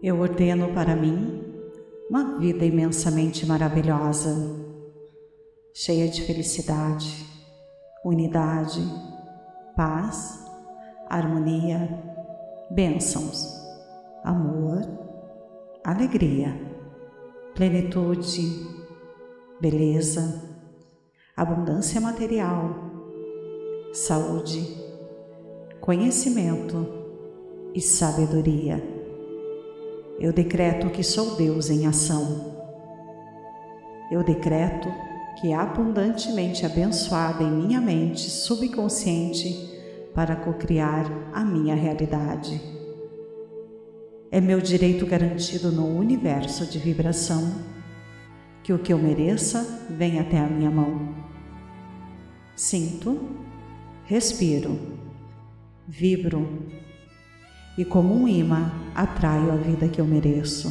Eu ordeno para mim uma vida imensamente maravilhosa, cheia de felicidade, unidade, paz, harmonia, bênçãos, amor, alegria, plenitude, beleza, abundância material, saúde, conhecimento e sabedoria. Eu decreto que sou Deus em ação. Eu decreto que é abundantemente abençoada em minha mente subconsciente para cocriar a minha realidade. É meu direito garantido no universo de vibração que o que eu mereça venha até a minha mão. Sinto, respiro, vibro e, como um imã, atraio a vida que eu mereço.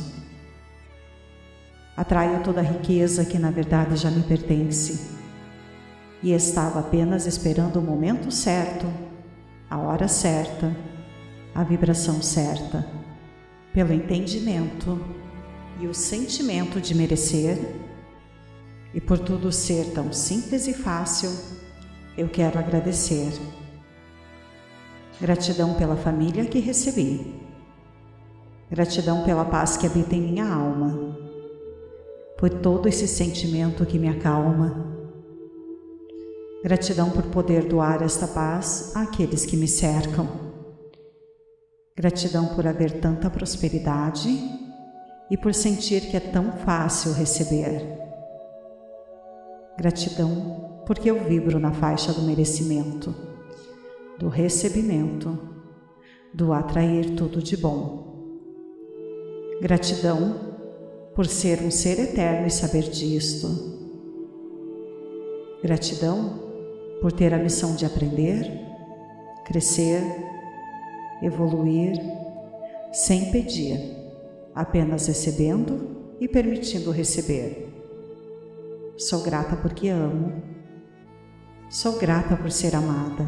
Atraio toda a riqueza que na verdade já me pertence e estava apenas esperando o momento certo, a hora certa, a vibração certa, pelo entendimento e o sentimento de merecer, e por tudo ser tão simples e fácil, eu quero agradecer. Gratidão pela família que recebi. Gratidão pela paz que habita em minha alma. Por todo esse sentimento que me acalma. Gratidão por poder doar esta paz àqueles que me cercam. Gratidão por haver tanta prosperidade e por sentir que é tão fácil receber. Gratidão porque eu vibro na faixa do merecimento, do recebimento, do atrair tudo de bom. Gratidão por ser um ser eterno e saber disto. Gratidão por ter a missão de aprender, crescer, evoluir, sem pedir, apenas recebendo e permitindo receber. Sou grata porque amo. Sou grata por ser amada.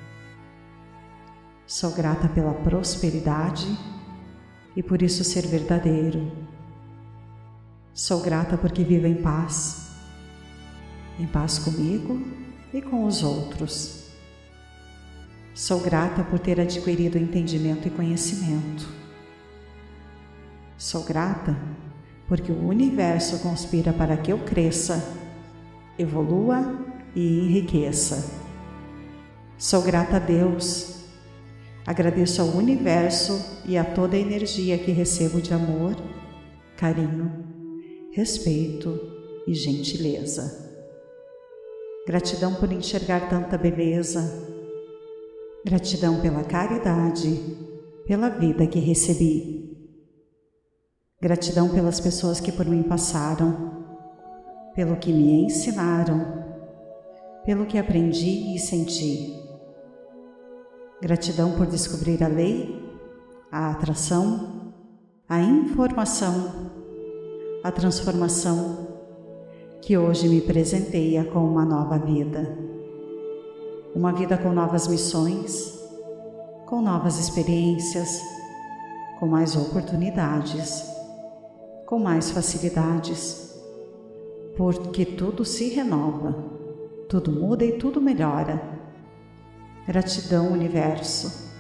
Sou grata pela prosperidade e por isso ser verdadeiro. Sou grata porque vivo em paz comigo e com os outros. Sou grata por ter adquirido entendimento e conhecimento. Sou grata porque o universo conspira para que eu cresça, evolua e enriqueça. Sou grata a Deus. Agradeço ao universo e a toda a energia que recebo de amor, carinho, respeito e gentileza. Gratidão por enxergar tanta beleza. Gratidão pela caridade, pela vida que recebi. Gratidão pelas pessoas que por mim passaram, pelo que me ensinaram, pelo que aprendi e senti. Gratidão por descobrir a lei, a atração, a informação, a transformação que hoje me presenteia com uma nova vida. Uma vida com novas missões, com novas experiências, com mais oportunidades, com mais facilidades, porque tudo se renova, tudo muda e tudo melhora. Gratidão, universo.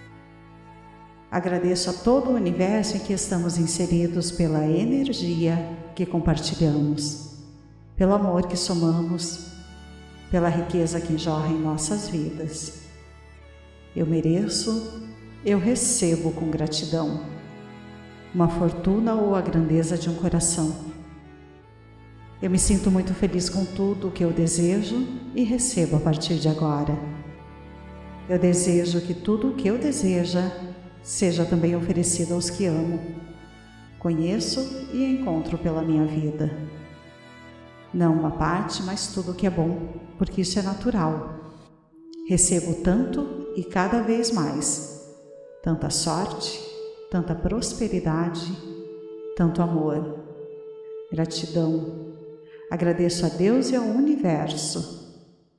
Agradeço a todo o universo em que estamos inseridos pela energia que compartilhamos, pelo amor que somamos, pela riqueza que jorra em nossas vidas. Eu mereço, eu recebo com gratidão uma fortuna ou a grandeza de um coração. Eu me sinto muito feliz com tudo o que eu desejo e recebo a partir de agora. Eu desejo que tudo o que eu deseja seja também oferecido aos que amo, conheço e encontro pela minha vida. Não uma parte, mas tudo o que é bom, porque isso é natural. Recebo tanto e cada vez mais. Tanta sorte, tanta prosperidade, tanto amor. Gratidão. Agradeço a Deus e ao universo.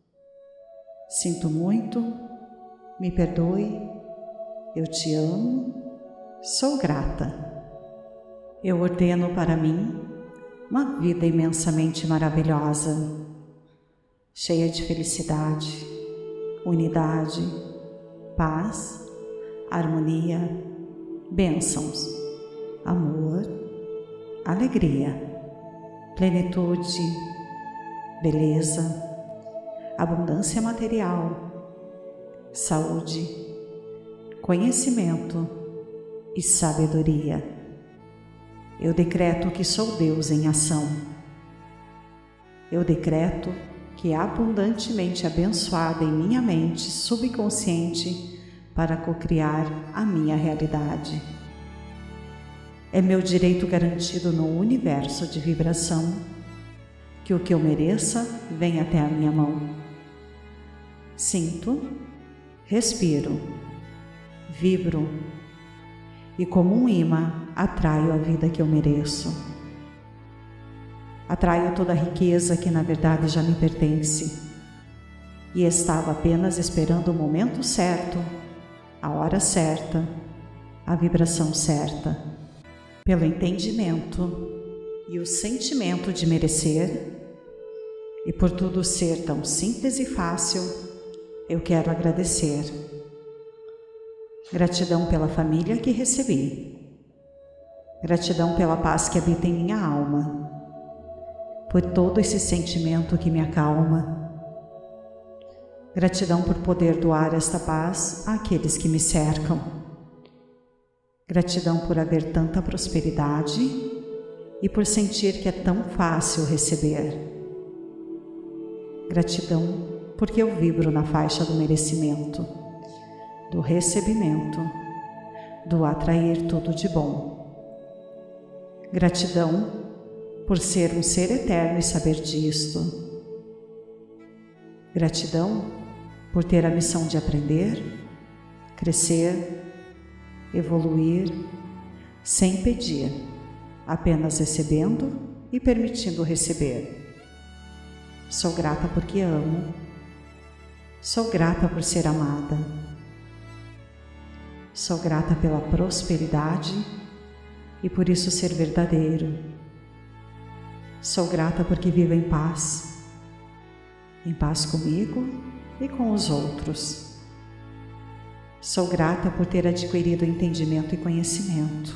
Sinto muito. Me perdoe, eu te amo, sou grata. Eu ordeno para mim uma vida imensamente maravilhosa, cheia de felicidade, unidade, paz, harmonia, bênçãos, amor, alegria, plenitude, beleza, abundância material, saúde, conhecimento e sabedoria. Eu decreto que sou Deus em ação. Eu decreto que é abundantemente abençoada em minha mente subconsciente para cocriar a minha realidade. É meu direito garantido no universo de vibração que o que eu mereça venha até a minha mão. Sinto, respiro, vibro e, como um imã, atraio a vida que eu mereço. Atraio toda a riqueza que na verdade já me pertence e estava apenas esperando o momento certo, a hora certa, a vibração certa, pelo entendimento e o sentimento de merecer, e por tudo ser tão simples e fácil, eu quero agradecer. Gratidão pela família que recebi. Gratidão pela paz que habita em minha alma. Por todo esse sentimento que me acalma. Gratidão por poder doar esta paz àqueles que me cercam. Gratidão por haver tanta prosperidade e por sentir que é tão fácil receber. Gratidão porque eu vibro na faixa do merecimento, do recebimento, do atrair tudo de bom. Gratidão por ser um ser eterno e saber disto. Gratidão por ter a missão de aprender, crescer, evoluir, sem pedir, apenas recebendo e permitindo receber. Sou grata porque amo. Sou grata por ser amada. Sou grata pela prosperidade e por isso ser verdadeiro. Sou grata porque vivo em paz comigo e com os outros. Sou grata por ter adquirido entendimento e conhecimento.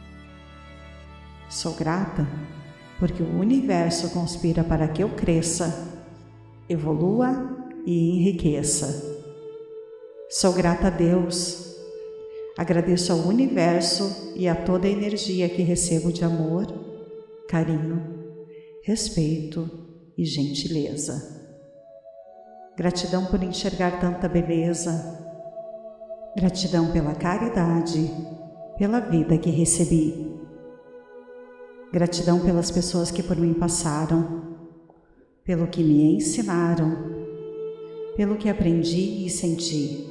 Sou grata porque o universo conspira para que eu cresça, evolua e enriqueça. Sou grata a Deus. Agradeço ao universo e a toda a energia que recebo de amor, carinho, respeito e gentileza. Gratidão por enxergar tanta beleza. Gratidão pela caridade, pela vida que recebi. Gratidão pelas pessoas que por mim passaram, pelo que me ensinaram, pelo que aprendi e senti.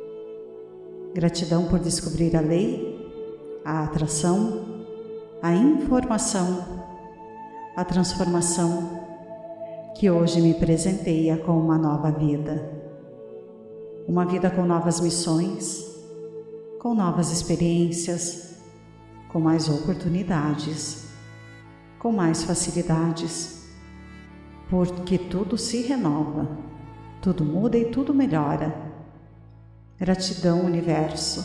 Gratidão por descobrir a lei, a atração, a informação, a transformação que hoje me presenteia com uma nova vida. Uma vida com novas missões, com novas experiências, com mais oportunidades, com mais facilidades, porque tudo se renova, tudo muda e tudo melhora. Gratidão, universo.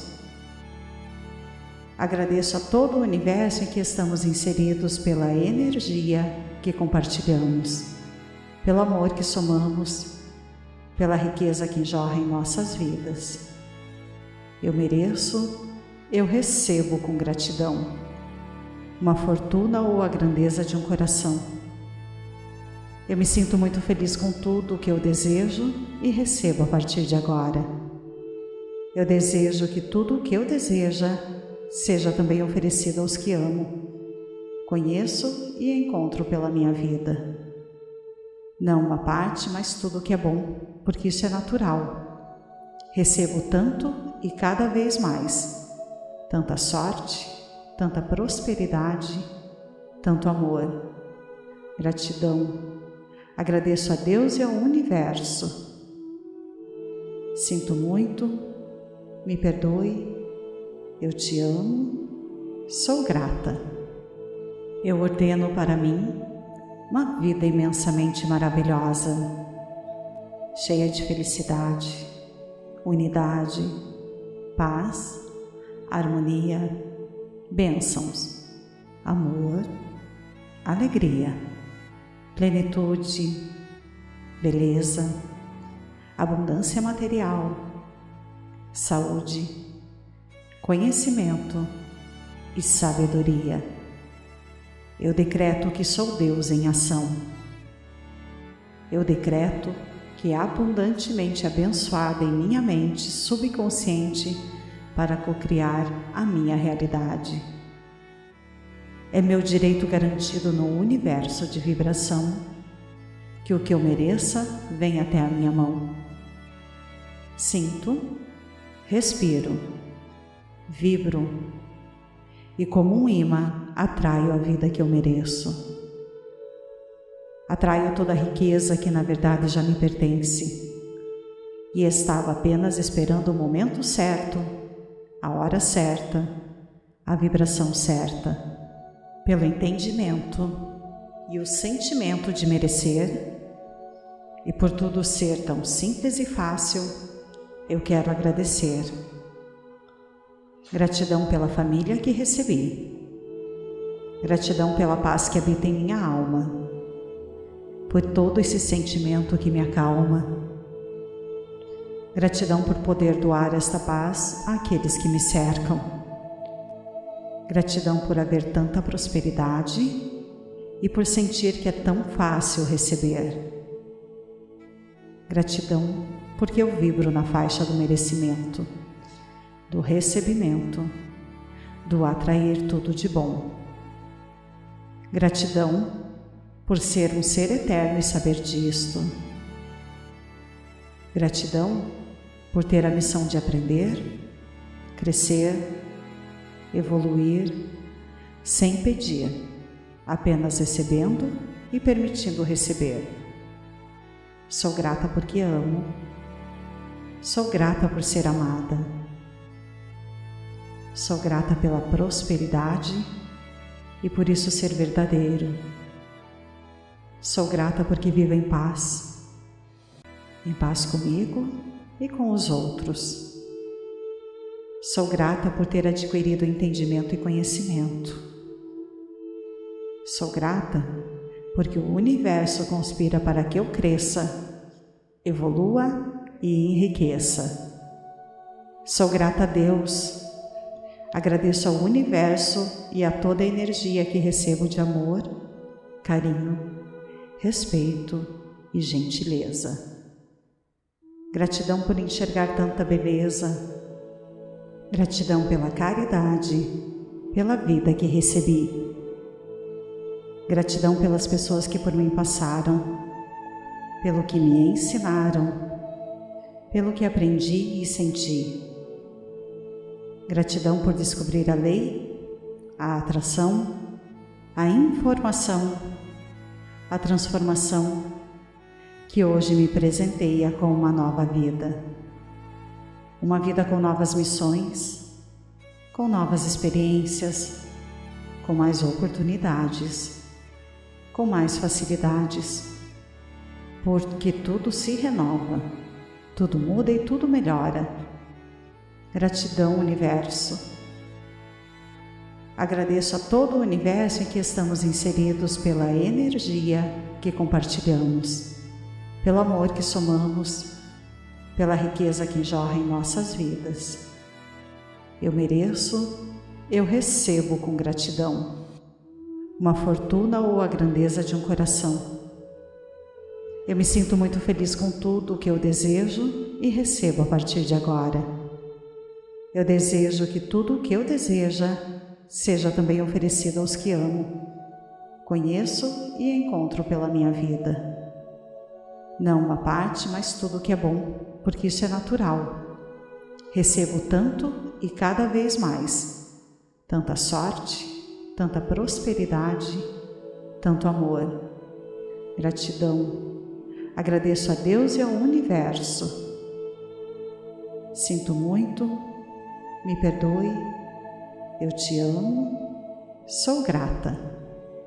Agradeço a todo o universo em que estamos inseridos pela energia que compartilhamos, pelo amor que somamos, pela riqueza que jorra em nossas vidas. Eu mereço, eu recebo com gratidão uma fortuna ou a grandeza de um coração. Eu me sinto muito feliz com tudo o que eu desejo e recebo a partir de agora. Eu desejo que tudo o que eu deseja seja também oferecido aos que amo, conheço e encontro pela minha vida. Não uma parte, mas tudo o que é bom, porque isso é natural. Recebo tanto e cada vez mais. Tanta sorte, tanta prosperidade, tanto amor. Gratidão. Agradeço a Deus e ao universo. Sinto muito. Me perdoe, eu te amo, sou grata. Eu ordeno para mim uma vida imensamente maravilhosa, cheia de felicidade, unidade, paz, harmonia, bênçãos, amor, alegria, plenitude, beleza, abundância material, saúde, conhecimento e sabedoria. Eu decreto que sou Deus em ação. Eu decreto que é abundantemente abençoada em minha mente subconsciente para cocriar a minha realidade. É meu direito garantido no universo de vibração que o que eu mereça venha até a minha mão. Sinto, respiro, vibro e, como um imã, atraio a vida que eu mereço. Atraio toda a riqueza que na verdade já me pertence e estava apenas esperando o momento certo, a hora certa, a vibração certa, pelo entendimento e o sentimento de merecer, e por tudo ser tão simples e fácil, eu quero agradecer. Gratidão pela família que recebi. Gratidão pela paz que habita em minha alma, por todo esse sentimento que me acalma. Gratidão por poder doar esta paz àqueles que me cercam. Gratidão por haver tanta prosperidade e por sentir que é tão fácil receber. Gratidão porque eu vibro na faixa do merecimento, do recebimento, do atrair tudo de bom. Gratidão por ser um ser eterno e saber disto. Gratidão por ter a missão de aprender, crescer, evoluir, sem pedir, apenas recebendo e permitindo receber. Sou grata porque amo. Sou grata por ser amada. Sou grata pela prosperidade e por isso ser verdadeiro. Sou grata porque vivo em paz comigo e com os outros. Sou grata por ter adquirido entendimento e conhecimento. Sou grata porque o universo conspira para que eu cresça, evolua e enriqueça. Sou grata a Deus. Agradeço ao universo e a toda a energia que recebo de amor, carinho, respeito e gentileza. Gratidão por enxergar tanta beleza. Gratidão pela caridade, pela vida que recebi. Gratidão pelas pessoas que por mim passaram, pelo que me ensinaram, pelo que aprendi e senti. Gratidão por descobrir a lei, a atração, a informação, a transformação, que hoje me presenteia com uma nova vida. Uma vida com novas missões, com novas experiências, com mais oportunidades, com mais facilidades, porque tudo se renova, tudo muda e tudo melhora. Gratidão, universo. Agradeço a todo o universo em que estamos inseridos pela energia que compartilhamos, pelo amor que somamos, pela riqueza que jorra em nossas vidas. Eu mereço, eu recebo com gratidão uma fortuna ou a grandeza de um coração. Eu me sinto muito feliz com tudo o que eu desejo e recebo a partir de agora. Eu desejo que tudo o que eu deseja seja também oferecido aos que amo, conheço e encontro pela minha vida. Não uma parte, mas tudo o que é bom, porque isso é natural. Recebo tanto e cada vez mais, tanta sorte, tanta prosperidade, tanto amor. Gratidão. Agradeço a Deus e ao universo. Sinto muito, me perdoe, eu te amo, sou grata.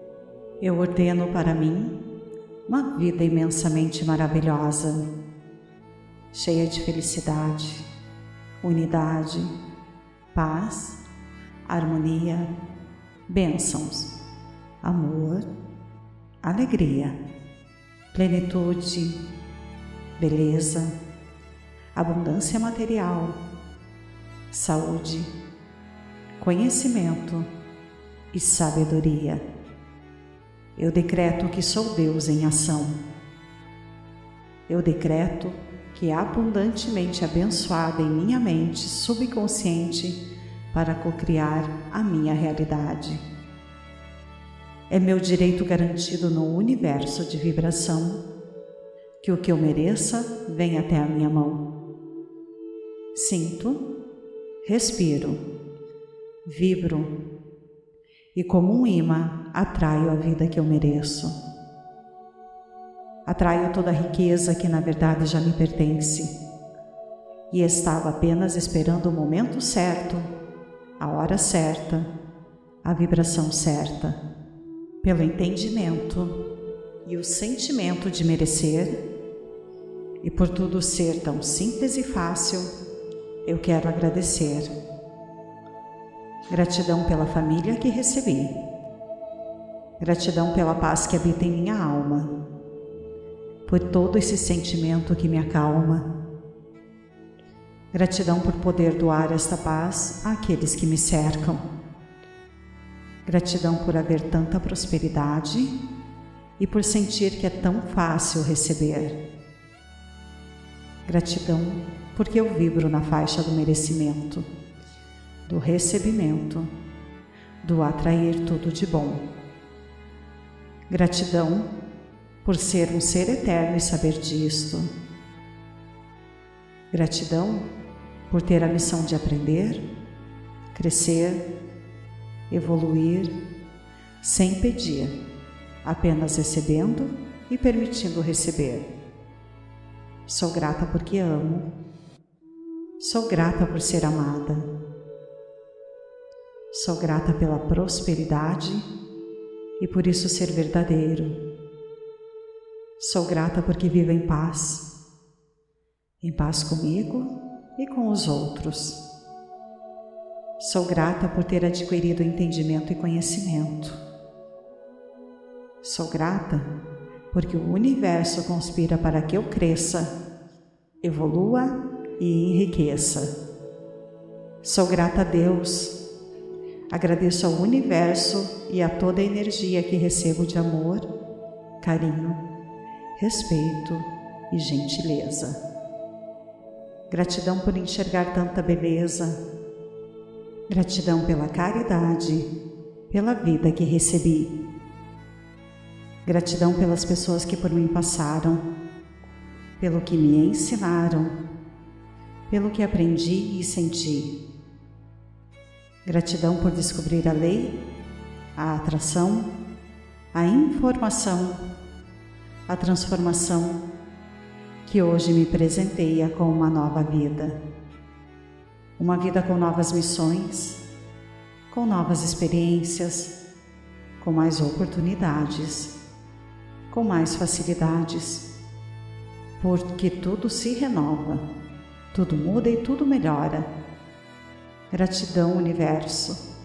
Eu ordeno para mim uma vida imensamente maravilhosa, cheia de felicidade, unidade, paz, harmonia, bênçãos, amor, alegria, plenitude, beleza, abundância material, saúde, conhecimento e sabedoria. Eu decreto que sou Deus em ação. Eu decreto que é abundantemente abençoada em minha mente subconsciente para cocriar a minha realidade. É meu direito garantido no universo de vibração que o que eu mereça vem até a minha mão. Sinto, respiro, vibro e, como um imã, atraio a vida que eu mereço. Atraio toda a riqueza que na verdade já me pertence e estava apenas esperando o momento certo, a hora certa, a vibração certa, pelo entendimento e o sentimento de merecer, e por tudo ser tão simples e fácil, eu quero agradecer. Gratidão pela família que recebi. Gratidão pela paz que habita em minha alma. Por todo esse sentimento que me acalma. Gratidão por poder doar esta paz àqueles que me cercam. Gratidão por haver tanta prosperidade e por sentir que é tão fácil receber. Gratidão porque eu vibro na faixa do merecimento, do recebimento, do atrair tudo de bom. Gratidão por ser um ser eterno e saber disto. Gratidão por ter a missão de aprender, crescer, evoluir, sem pedir, apenas recebendo e permitindo receber. Sou grata porque amo. Sou grata por ser amada. Sou grata pela prosperidade e por isso ser verdadeiro. Sou grata porque vivo em paz comigo e com os outros. Sou grata por ter adquirido entendimento e conhecimento. Sou grata porque o universo conspira para que eu cresça, evolua e enriqueça. Sou grata a Deus. Agradeço ao universo e a toda a energia que recebo de amor, carinho, respeito e gentileza. Gratidão por enxergar tanta beleza. Gratidão pela caridade, pela vida que recebi. Gratidão pelas pessoas que por mim passaram, pelo que me ensinaram, pelo que aprendi e senti. Gratidão por descobrir a lei, a atração, a informação, a transformação que hoje me presenteia com uma nova vida. Uma vida com novas missões, com novas experiências, com mais oportunidades, com mais facilidades, porque tudo se renova, tudo muda e tudo melhora. Gratidão, universo.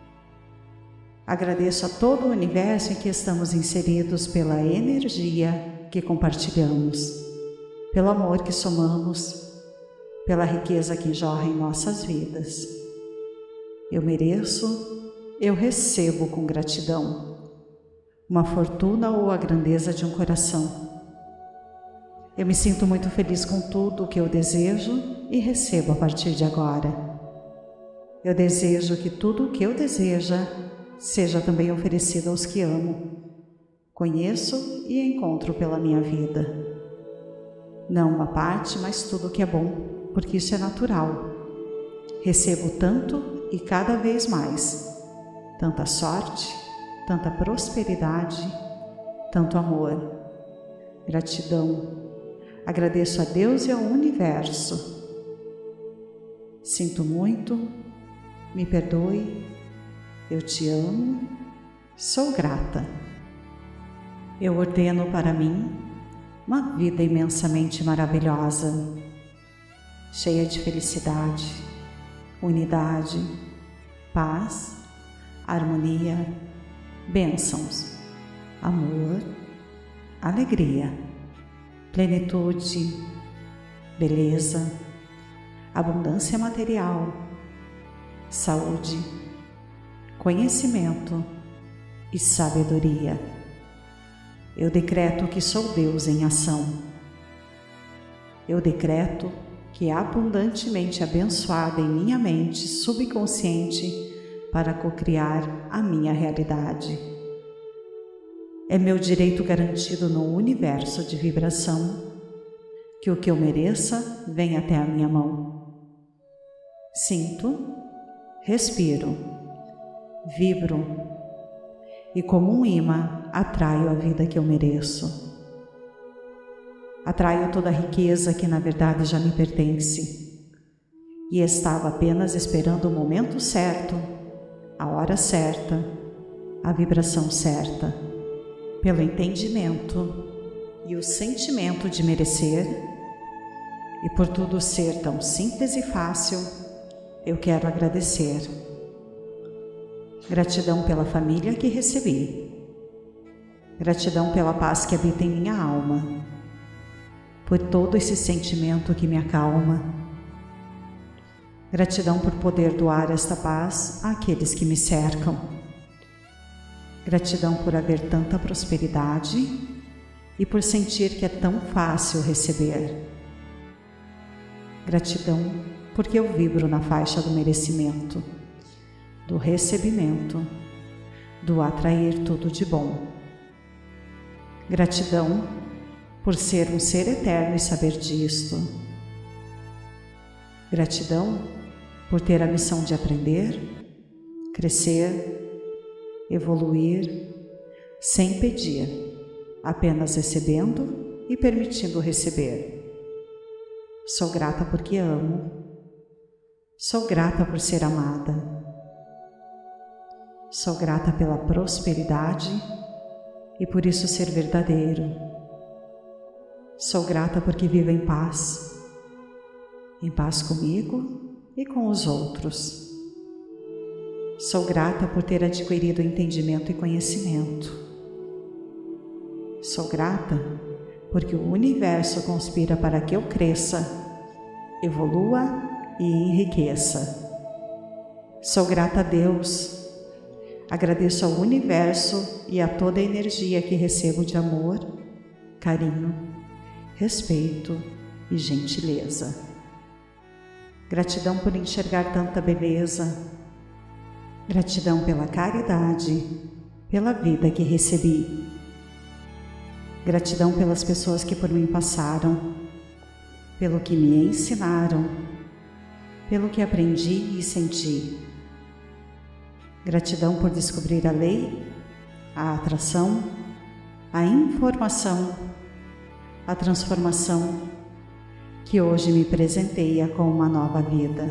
Agradeço a todo o universo em que estamos inseridos pela energia que compartilhamos, pelo amor que somamos, pela riqueza que jorra em nossas vidas. Eu mereço, eu recebo com gratidão uma fortuna ou a grandeza de um coração. Eu me sinto muito feliz com tudo o que eu desejo e recebo a partir de agora. Eu desejo que tudo o que eu deseja seja também oferecido aos que amo, conheço e encontro pela minha vida. Não uma parte, mas tudo o que é bom, porque isso é natural. Recebo tanto e cada vez mais, tanta sorte, tanta prosperidade, tanto amor. Gratidão. Agradeço a Deus e ao universo. Sinto muito, me perdoe, eu te amo, sou grata. Eu ordeno para mim uma vida imensamente maravilhosa, cheia de felicidade, unidade, paz, harmonia, bênçãos, amor, alegria, plenitude, beleza, abundância material, saúde, conhecimento e sabedoria. Eu decreto que sou Deus em ação. Eu decreto que é abundantemente abençoada em minha mente subconsciente para cocriar a minha realidade. É meu direito garantido no universo de vibração que o que eu mereça venha até a minha mão. Sinto, respiro, vibro e, como um imã, atraio a vida que eu mereço. Atraio toda a riqueza que na verdade já me pertence e estava apenas esperando o momento certo, a hora certa, a vibração certa, pelo entendimento e o sentimento de merecer, e por tudo ser tão simples e fácil, eu quero agradecer. Gratidão pela família que recebi. Gratidão pela paz que habita em minha alma. Por todo esse sentimento que me acalma. Gratidão por poder doar esta paz àqueles que me cercam. Gratidão por haver tanta prosperidade e por sentir que é tão fácil receber. Gratidão porque eu vibro na faixa do merecimento, do recebimento, do atrair tudo de bom. Gratidão por ser um ser eterno e saber disto. Gratidão por ter a missão de aprender, crescer, evoluir, sem pedir, apenas recebendo e permitindo receber. Sou grata porque amo. Sou grata por ser amada. Sou grata pela prosperidade e por isso ser verdadeiro. Sou grata porque vivo em paz comigo e com os outros. Sou grata por ter adquirido entendimento e conhecimento. Sou grata porque o universo conspira para que eu cresça, evolua e enriqueça. Sou grata a Deus. Agradeço ao universo e a toda a energia que recebo de amor, carinho, respeito e gentileza. Gratidão por enxergar tanta beleza. Gratidão pela caridade, pela vida que recebi. Gratidão pelas pessoas que por mim passaram, pelo que me ensinaram, pelo que aprendi e senti. Gratidão por descobrir a lei, a atração, a informação, a transformação que hoje me presenteia com uma nova vida.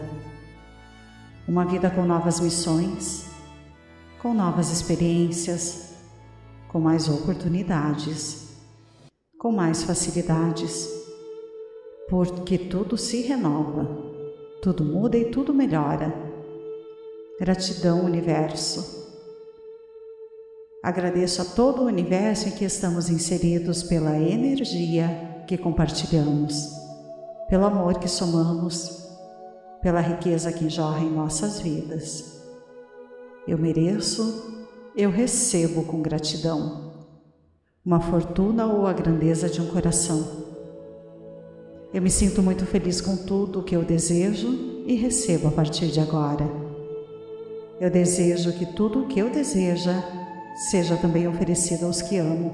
Uma vida com novas missões, com novas experiências, com mais oportunidades, com mais facilidades, porque tudo se renova, tudo muda e tudo melhora. Gratidão, universo. Agradeço a todo o universo em que estamos inseridos pela energia que compartilhamos, pelo amor que somamos, pela riqueza que jorra em nossas vidas. Eu mereço, eu recebo com gratidão uma fortuna ou a grandeza de um coração. Eu me sinto muito feliz com tudo o que eu desejo e recebo a partir de agora. Eu desejo que tudo o que eu deseja seja também oferecido aos que amo,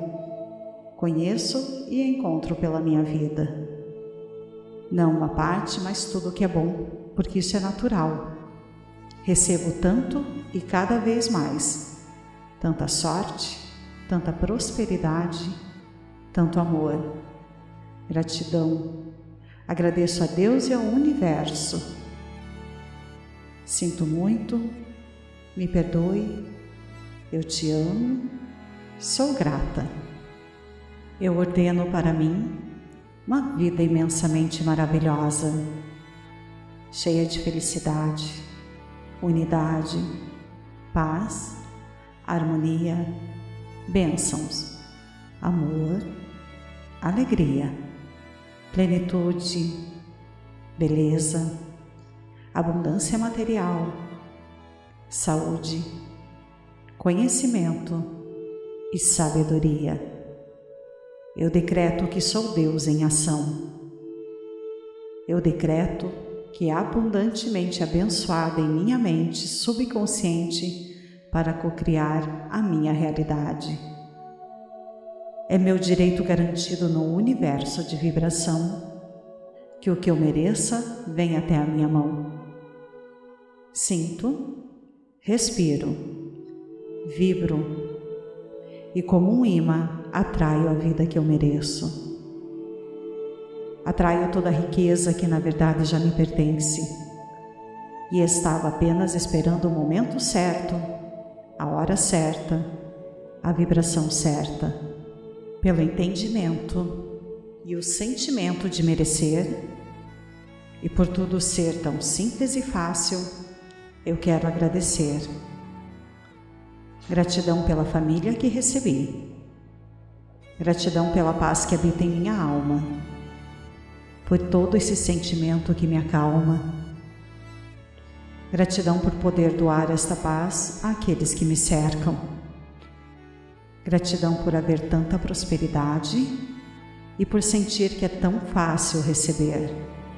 conheço e encontro pela minha vida. Não uma parte, mas tudo o que é bom, porque isso é natural. Recebo tanto e cada vez mais, tanta sorte, tanta prosperidade, tanto amor. Gratidão. Agradeço a Deus e ao universo. Sinto muito, me perdoe, eu te amo, sou grata. Eu ordeno para mim uma vida imensamente maravilhosa, cheia de felicidade, unidade, paz, harmonia, bênçãos, amor, alegria, plenitude, beleza, abundância material, saúde, conhecimento e sabedoria. Eu decreto que sou Deus em ação. Eu decreto que abundantemente abençoada em minha mente subconsciente para cocriar a minha realidade. É meu direito garantido no universo de vibração que o que eu mereça venha até a minha mão. Sinto, respiro, vibro e como um imã atraio a vida que eu mereço. Atraio toda a riqueza que na verdade já me pertence e estava apenas esperando o momento certo, a hora certa, a vibração certa, pelo entendimento e o sentimento de merecer, e por tudo ser tão simples e fácil, eu quero agradecer. Gratidão pela família que recebi. Gratidão pela paz que habita em minha alma. Por todo esse sentimento que me acalma. Gratidão por poder doar esta paz àqueles que me cercam. Gratidão por haver tanta prosperidade e por sentir que é tão fácil receber.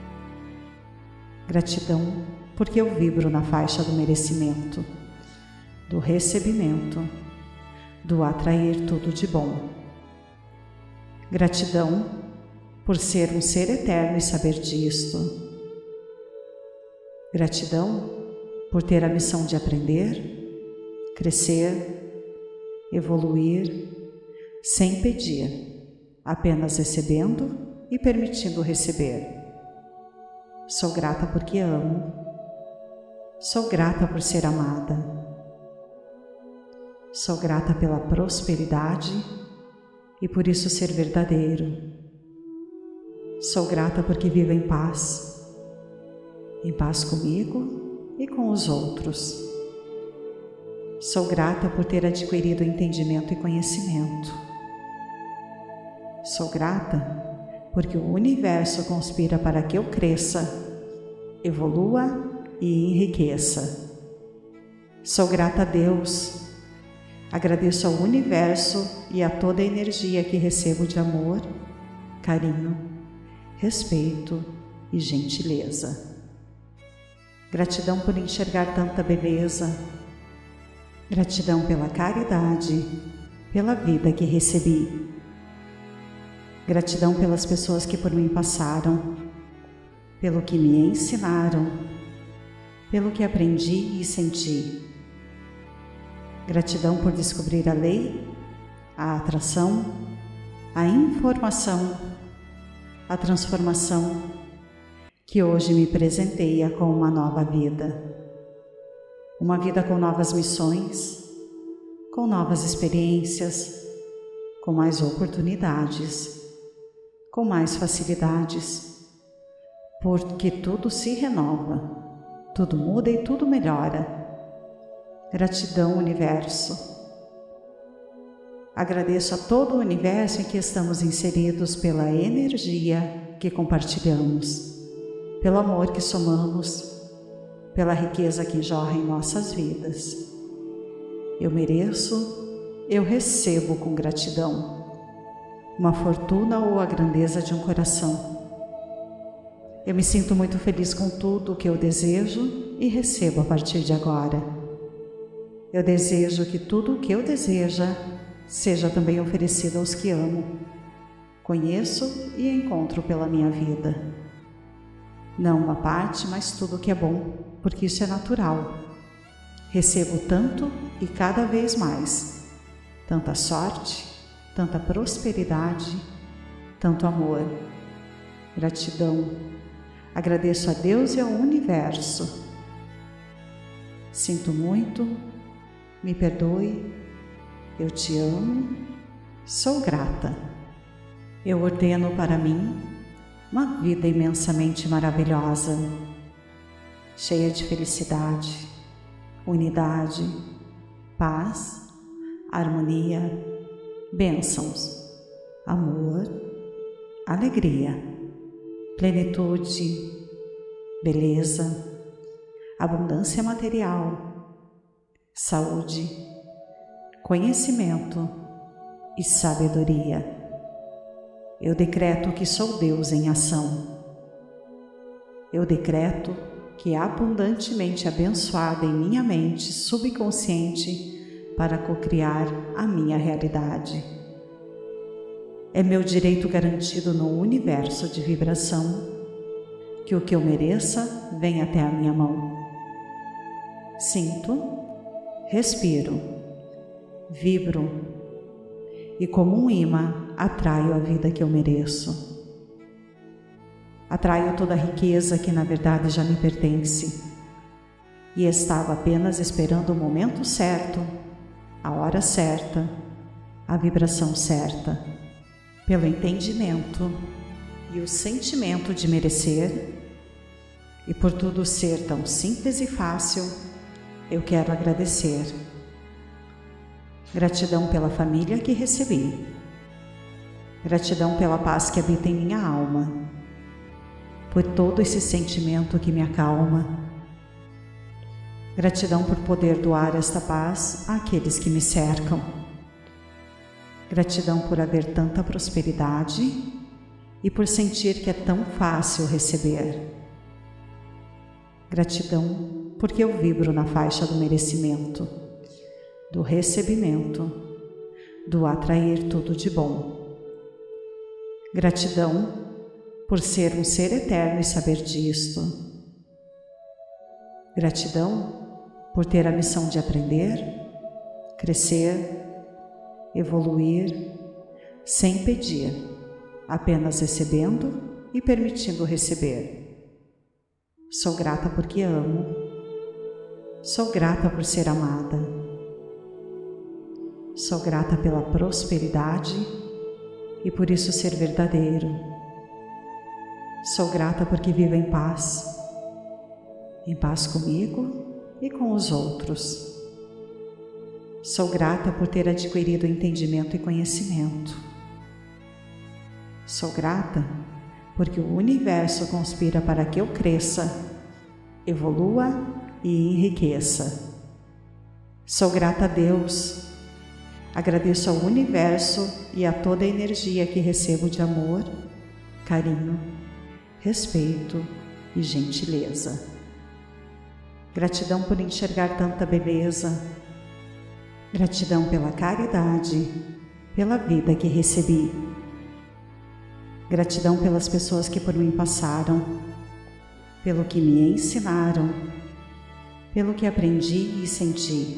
Gratidão porque eu vibro na faixa do merecimento, do recebimento, do atrair tudo de bom. Gratidão por ser um ser eterno e saber disto. Gratidão por ter a missão de aprender, crescer, evoluir, sem pedir, apenas recebendo e permitindo receber. Sou grata porque amo. Sou grata por ser amada. Sou grata pela prosperidade e por isso ser verdadeiro. Sou grata porque vivo em paz comigo e com os outros. Sou grata por ter adquirido entendimento e conhecimento. Sou grata porque o universo conspira para que eu cresça, evolua e enriqueça. Sou grata a Deus. Agradeço ao universo e a toda a energia que recebo de amor, carinho, respeito e gentileza. Gratidão por enxergar tanta beleza. Gratidão pela caridade, pela vida que recebi. Gratidão pelas pessoas que por mim passaram, pelo que me ensinaram, pelo que aprendi e senti. Gratidão por descobrir a lei, a atração, a informação, a transformação, que hoje me presenteia com uma nova vida. Uma vida com novas missões, com novas experiências, com mais oportunidades, com mais facilidades, porque tudo se renova, tudo muda e tudo melhora. Gratidão, universo. Agradeço a todo o universo em que estamos inseridos pela energia que compartilhamos, pelo amor que somamos, pela riqueza que jorra em nossas vidas. Eu mereço, eu recebo com gratidão uma fortuna ou a grandeza de um coração. Eu me sinto muito feliz com tudo o que eu desejo e recebo a partir de agora. Eu desejo que tudo o que eu deseja seja também oferecido aos que amo, conheço e encontro pela minha vida. Não uma parte, mas tudo o que é bom, porque isso é natural. Recebo tanto e cada vez mais, tanta sorte, tanta prosperidade, tanto amor. Gratidão. Agradeço a Deus e ao universo. Sinto muito. Me perdoe, eu te amo, sou grata, Eu ordeno para mim uma vida imensamente maravilhosa, cheia de felicidade, unidade, paz, harmonia, bênçãos, amor, alegria, plenitude, beleza, abundância material, saúde, conhecimento e sabedoria. Eu decreto que sou Deus em ação. Eu decreto que é abundantemente abençoada em minha mente subconsciente para cocriar a minha realidade. É meu direito garantido no universo de vibração que o que eu mereça venha até a minha mão. Sinto, respiro, vibro e, como um imã, atraio a vida que eu mereço. Atraio toda a riqueza que na verdade já me pertence e estava apenas esperando o momento certo, a hora certa, a vibração certa, pelo entendimento e o sentimento de merecer, e por tudo ser tão simples e fácil, eu quero agradecer. Gratidão pela família que recebi. Gratidão pela paz que habita em minha alma, por todo esse sentimento que me acalma. Gratidão por poder doar esta paz àqueles que me cercam. Gratidão por haver tanta prosperidade e por sentir que é tão fácil receber. Gratidão porque eu vibro na faixa do merecimento, do recebimento, do atrair tudo de bom. Gratidão por ser um ser eterno e saber disto. Gratidão por ter a missão de aprender, crescer, evoluir, sem pedir, apenas recebendo e permitindo receber. Sou grata porque amo. Sou grata por ser amada. Sou grata pela prosperidade e por isso ser verdadeiro. Sou grata porque vivo em paz comigo e com os outros. Sou grata por ter adquirido entendimento e conhecimento. Sou grata porque o universo conspira para que eu cresça, evolua e enriqueça. Sou grata a Deus. Agradeço ao universo e a toda a energia que recebo de amor, carinho, respeito e gentileza. Gratidão por enxergar tanta beleza. Gratidão pela caridade, pela vida que recebi. Gratidão pelas pessoas que por mim passaram, pelo que me ensinaram, pelo que aprendi e senti.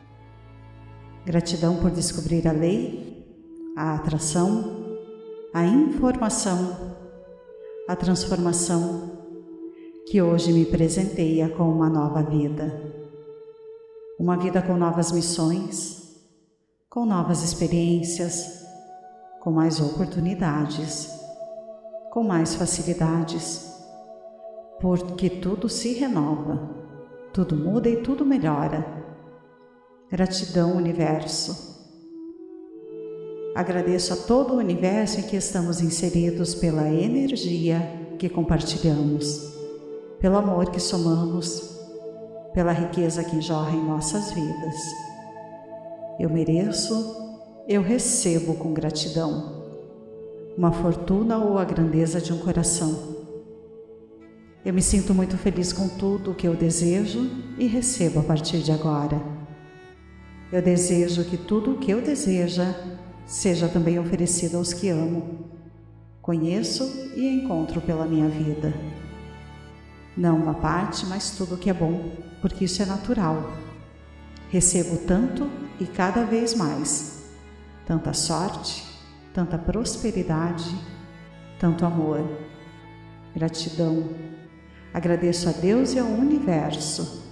Gratidão por descobrir a lei, a atração, a informação, a transformação, que hoje me presenteia com uma nova vida. Uma vida com novas missões, com novas experiências, com mais oportunidades, com mais facilidades, porque tudo se renova, tudo muda e tudo melhora. Gratidão, universo. Agradeço a todo o universo em que estamos inseridos pela energia que compartilhamos, pelo amor que somamos, pela riqueza que jorra em nossas vidas. Eu mereço, eu recebo com gratidão uma fortuna ou a grandeza de um coração. Eu me sinto muito feliz com tudo o que eu desejo e recebo a partir de agora. Eu desejo que tudo o que eu deseja seja também oferecido aos que amo, conheço e encontro pela minha vida. Não uma parte, mas tudo o que é bom, porque isso é natural. Recebo tanto e cada vez mais. Tanta sorte, tanta prosperidade, tanto amor. Gratidão. Agradeço a Deus e ao universo.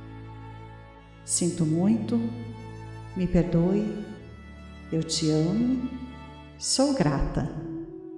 Sinto muito, me perdoe, eu te amo, sou grata.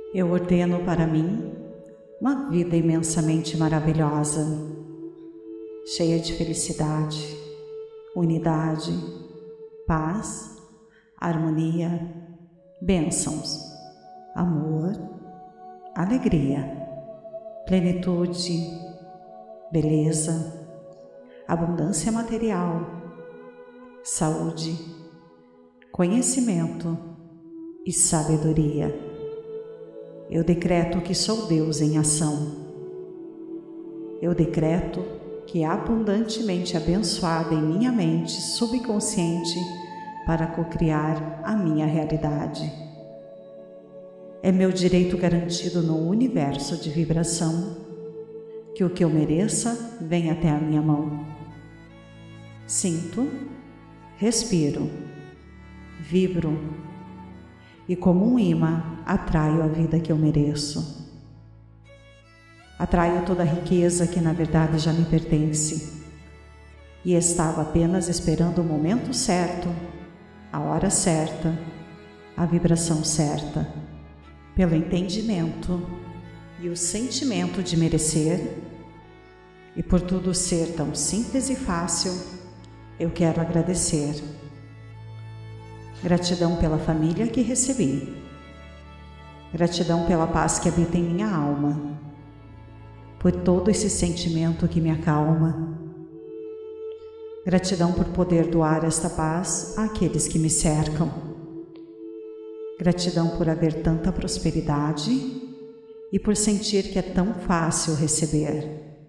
Eu ordeno para mim uma vida imensamente maravilhosa, cheia de felicidade, unidade, paz, harmonia, bênçãos, amor, alegria, plenitude, beleza, abundância material, saúde, conhecimento e sabedoria. Eu decreto que sou Deus em ação. Eu decreto que é abundantemente abençoada em minha mente subconsciente para cocriar a minha realidade. É meu direito garantido no universo de vibração que o que eu mereça vem até a minha mão. Sinto, respiro, vibro e, como um imã, atraio a vida que eu mereço. Atraio toda a riqueza que na verdade já me pertence e estava apenas esperando o momento certo, a hora certa, a vibração certa, pelo entendimento e o sentimento de merecer, e por tudo ser tão simples e fácil, eu quero agradecer. Gratidão pela família que recebi. Gratidão pela paz que habita em minha alma. Por todo esse sentimento que me acalma. Gratidão por poder doar esta paz àqueles que me cercam. Gratidão por haver tanta prosperidade e por sentir que é tão fácil receber.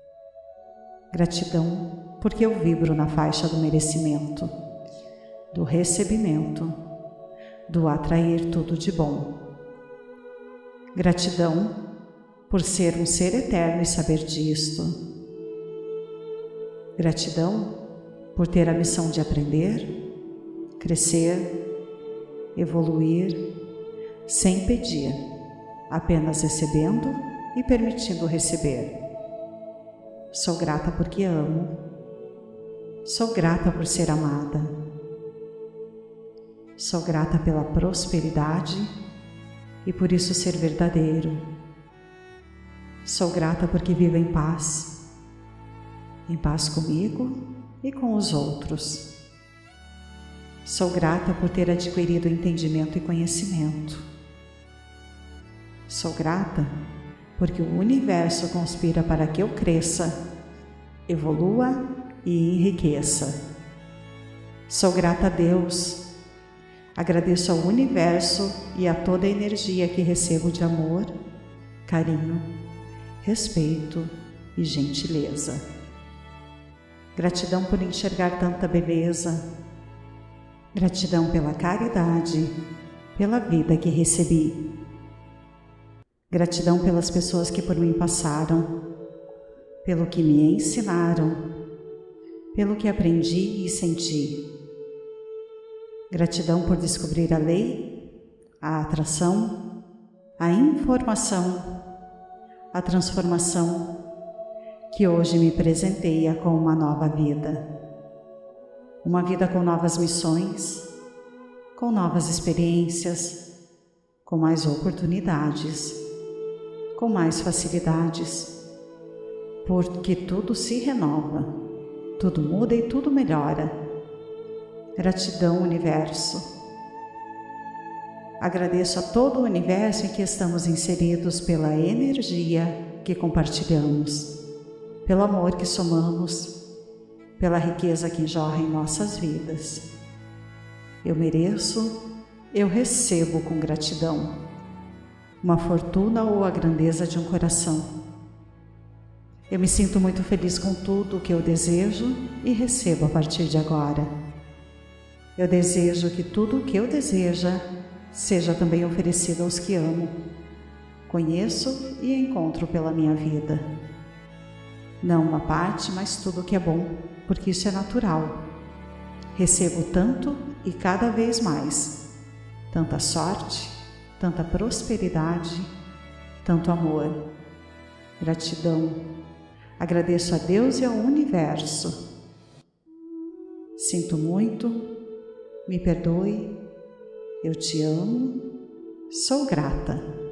Gratidão porque eu vibro na faixa do merecimento, do recebimento, do atrair tudo de bom. Gratidão por ser um ser eterno e saber disto. Gratidão por ter a missão de aprender, crescer, evoluir, sem pedir, apenas recebendo e permitindo receber. Sou grata porque amo. Sou grata por ser amada. Sou grata pela prosperidade e por isso ser verdadeiro. Sou grata porque vivo em paz comigo e com os outros. Sou grata por ter adquirido entendimento e conhecimento. Sou grata porque o universo conspira para que eu cresça, evolua e enriqueça. Sou grata a Deus. Agradeço ao universo e a toda a energia que recebo de amor, carinho, respeito e gentileza. Gratidão por enxergar tanta beleza. Gratidão pela caridade, pela vida que recebi. Gratidão pelas pessoas que por mim passaram, pelo que me ensinaram, pelo que aprendi e senti. Gratidão por descobrir a lei, a atração, a informação, a transformação que hoje me presenteia com uma nova vida. Uma vida com novas missões, com novas experiências, com mais oportunidades, com mais facilidades, porque tudo se renova, tudo muda e tudo melhora. Gratidão, universo. Agradeço a todo o universo em que estamos inseridos pela energia que compartilhamos, pelo amor que somamos, pela riqueza que jorra em nossas vidas. Eu mereço, eu recebo com gratidão uma fortuna ou a grandeza de um coração. Eu me sinto muito feliz com tudo o que eu desejo e recebo a partir de agora. Eu desejo que tudo o que eu deseja seja também oferecido aos que amo, conheço e encontro pela minha vida. Não uma parte, mas tudo o que é bom, porque isso é natural. Recebo tanto e cada vez mais. Tanta sorte, tanta prosperidade, tanto amor. Gratidão. Agradeço a Deus e ao universo. Sinto muito. Me perdoe, eu te amo, sou grata.